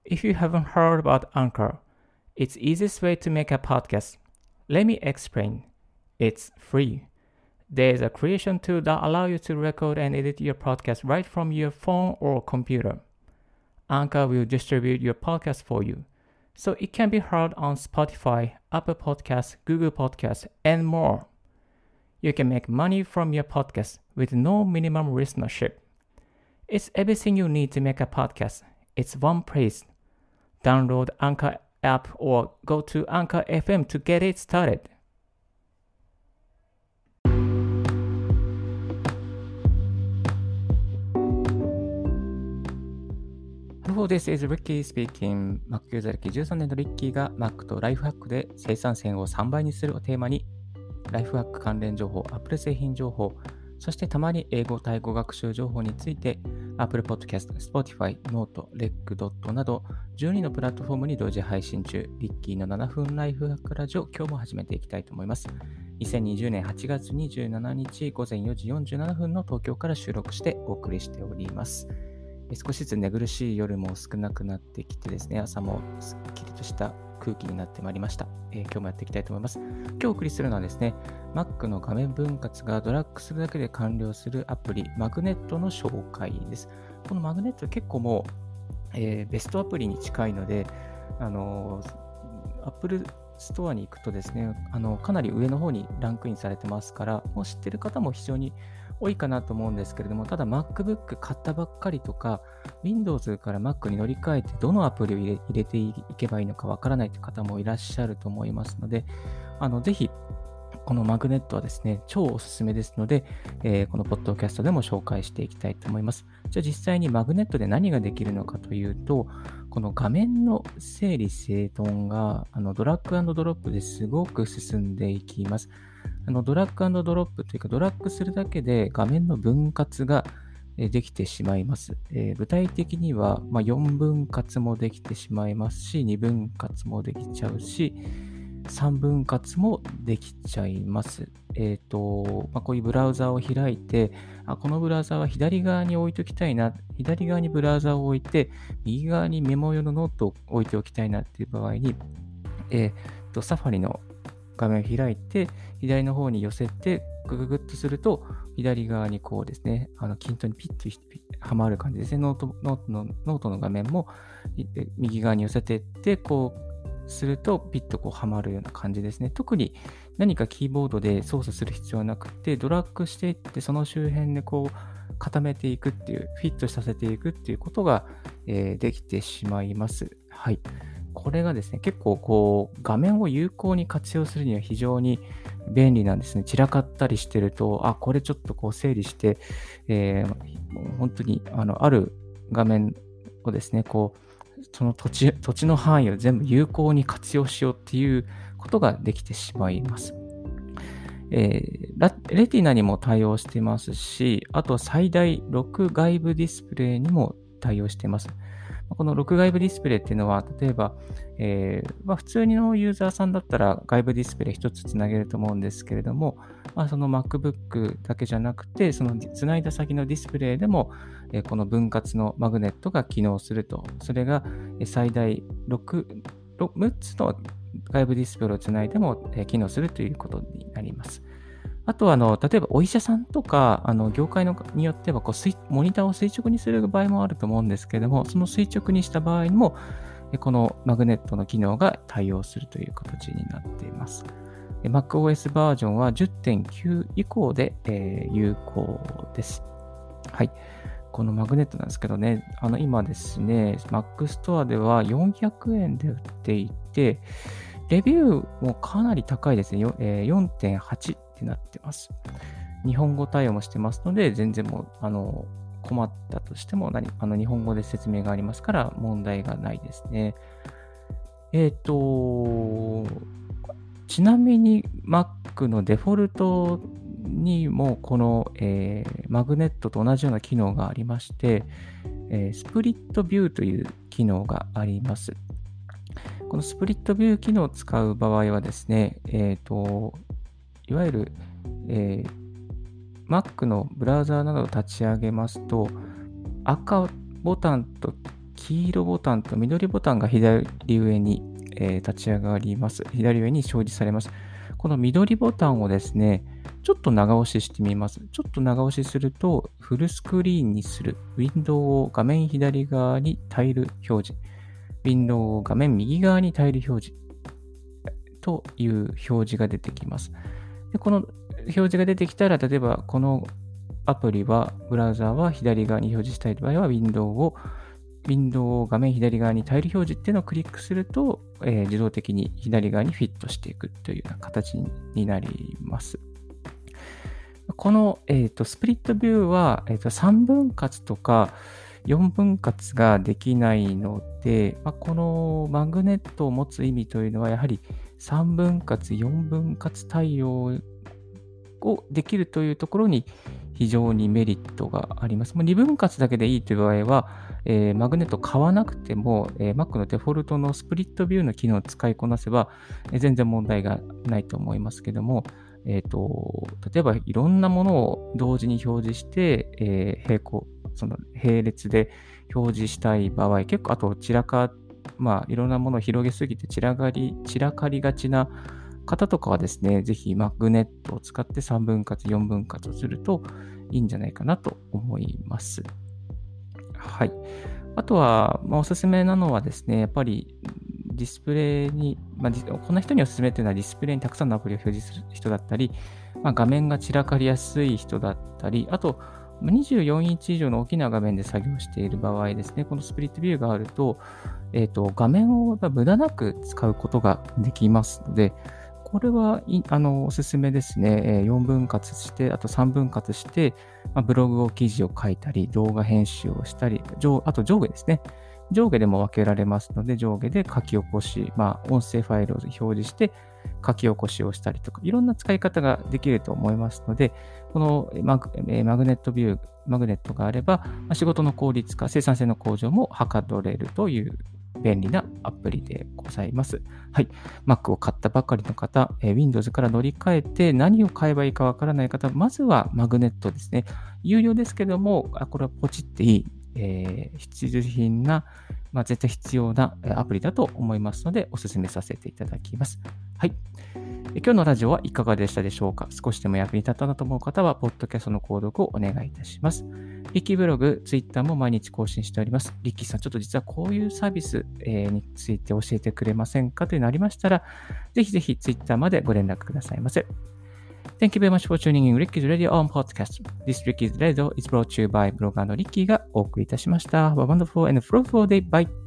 If you haven't heard about Anchor, it's the easiest way to make a podcast. Let me explain. It's free. There's a creation tool that allows you to record and edit your podcast right from your phone or computer. Anchor will distribute your podcast for you, so it can be heard on Spotify, Apple Podcasts, Google Podcasts, and more. You can make money from your podcast with no minimum listenership. It's everything you need to make a podcast. It's one place. Download Anchor app or go to Anchor FM to get it started. Hello, this is Ricky speaking. Mac ユーザー歴13年のリッキーが Mac とライフハックで生産性を3倍にするをテーマに、ライフハック関連情報、Apple 製品情報、そしてたまに英語・タイ語学習情報について Apple Podcast、Spotify、Note、Rec.など12のプラットフォームに同時配信中、リッキーの7分ライフハックラジオ、今日も始めていきたいと思います。2020年8月27日午前4時47分の東京から収録してお送りしております。少しずつ寝苦しい夜も少なくなってきてですね、朝もすっきりとした空気になってまいりました。今日もやっていきたいと思います。今日お送りするのはですね、Mac の画面分割がドラッグするだけで完了するアプリ、マグネットの紹介です。このマグネット結構もう、ベストアプリに近いので、Apple ストアに行くとですね、かなり上の方にランクインされてますから、もう知ってる方も非常に多いかなと思うんですけれども、ただ MacBook 買ったばっかりとか Windows から Mac に乗り換えてどのアプリを入れていけばいいのかわからないという方もいらっしゃると思いますので、ぜひこのマグネットはですね、超おすすめですので、このポッドキャストでも紹介していきたいと思います。じゃあ実際にマグネットで何ができるのかというと、この画面の整理整頓がドラッグ&ドロップですごく進んでいきます。ドラッグ&ドロップというか、ドラッグするだけで画面の分割ができてしまいます。具体的には、4分割もできてしまいますし、2分割もできちゃうし、3分割もできちゃいます。こういうブラウザを開いて、このブラウザは左側に置いておきたいな、左側にブラウザを置いて、右側にメモ用のノートを置いておきたいなっていう場合に、サファリの画面を開いて、左の方に寄せて、グググッとすると、左側にこうですね、均等にピッとはまる感じですね。ノートの画面も右側に寄せていって、こうするとピッとこうはまるような感じですね。特に何かキーボードで操作する必要はなくて、ドラッグしていって、その周辺でこう固めていくっていう、フィットさせていくっていうことが、できてしまいます。はい。これがですね、結構こう画面を有効に活用するには非常に便利なんですね。散らかったりしてると、これちょっとこう整理して、本当にある画面をですね、こうその土地の範囲を全部有効に活用しようっていうことができてしまいます。レティナにも対応していますし、あと最大6外部ディスプレイにも対応しています。この6外部ディスプレイっていうのは、例えば、普通のユーザーさんだったら外部ディスプレイ1つつなげると思うんですけれども、その MacBook だけじゃなくて、そのつないだ先のディスプレイでも、この分割のマグネットが機能すると。それが最大6つの外部ディスプレイをつないでも機能するということになります。あとは例えばお医者さんとか業界によってはモニターを垂直にする場合もあると思うんですけれども、その垂直にした場合にもこのマグネットの機能が対応するという形になっています。MacOS バージョンは 10.9 以降で有効です。はい。このマグネットなんですけどね、今ですね、Mac Store では400円で売っていて、レビューもかなり高いですね。4.8 ってなってます。日本語対応もしてますので、全然もう、困ったとしても日本語で説明がありますから問題がないですね。ちなみに Mac のデフォルトにもこの、マグネットと同じような機能がありまして、スプリットビューという機能があります。このスプリットビュー機能を使う場合はですね、いわゆる、Mac のブラウザーなどを立ち上げますと、赤ボタンと黄色ボタンと緑ボタンが左上に、立ち上がります。左上に表示されます。この緑ボタンをですね、ちょっと長押ししてみます。ちょっと長押しすると、フルスクリーンにする、ウィンドウを画面左側にタイル表示、ウィンドウを画面右側にタイル表示という表示が出てきます。でこの表示が出てきたら、例えばこのアプリは、ブラウザーは左側に表示したい場合は、ウィンドウを画面左側にタイル表示っていうのをクリックすると、自動的に左側にフィットしていくというような形になります。この、スプリットビューは、3分割とか4分割ができないので、このマグネットを持つ意味というのは、やはり3分割、4分割対応をできるというところに非常にメリットがあります。もう2分割だけでいいという場合は、マグネットを買わなくても、Mac のデフォルトのスプリットビューの機能を使いこなせば、全然問題がないと思いますけども、例えばいろんなものを同時に表示して、並列で表示したい場合、結構あといろんなものを広げすぎて散らかりがちな方とかはですね、ぜひマグネットを使って3分割、4分割をするといいんじゃないかなと思います。はい。あとは、おすすめなのはですね、やっぱりディスプレイに、この人におすすめというのはディスプレイにたくさんのアプリを表示する人だったり、画面が散らかりやすい人だったり、あと、24インチ以上の大きな画面で作業している場合ですね、このスプリットビューがあると、画面を無駄なく使うことができますので、これはおすすめですね。4分割して、あと3分割して、ブログ記事を書いたり、動画編集をしたり、あと上下ですね。上下でも分けられますので、上下で書き起こし、音声ファイルを表示して書き起こしをしたりとか、いろんな使い方ができると思いますので、このマグネットがあれば、仕事の効率化、生産性の向上もはかどれるという便利なアプリでございます。はい。Mac を買ったばかりの方、Windows から乗り換えて何を買えばいいかわからない方、まずはマグネットですね。有料ですけども、これはポチっていい、必需品な、絶対必要なアプリだと思いますので、お勧めさせていただきます。はい。今日のラジオはいかがでしたでしょうか。少しでも役に立ったなと思う方は、ポッドキャストの購読をお願いいたします。リッキーブログ、ツイッターも毎日更新しております。リッキーさん、ちょっと実はこういうサービスについて教えてくれませんかというのがありましたら、ぜひぜひツイッターまでご連絡くださいませ。Thank you very much for tuning in Ricky's Radio on Podcast. This Ricky's Radio is brought to you by ブロガーのリッキーがお送りいたしました。Have a wonderful and fruitful day. Bye.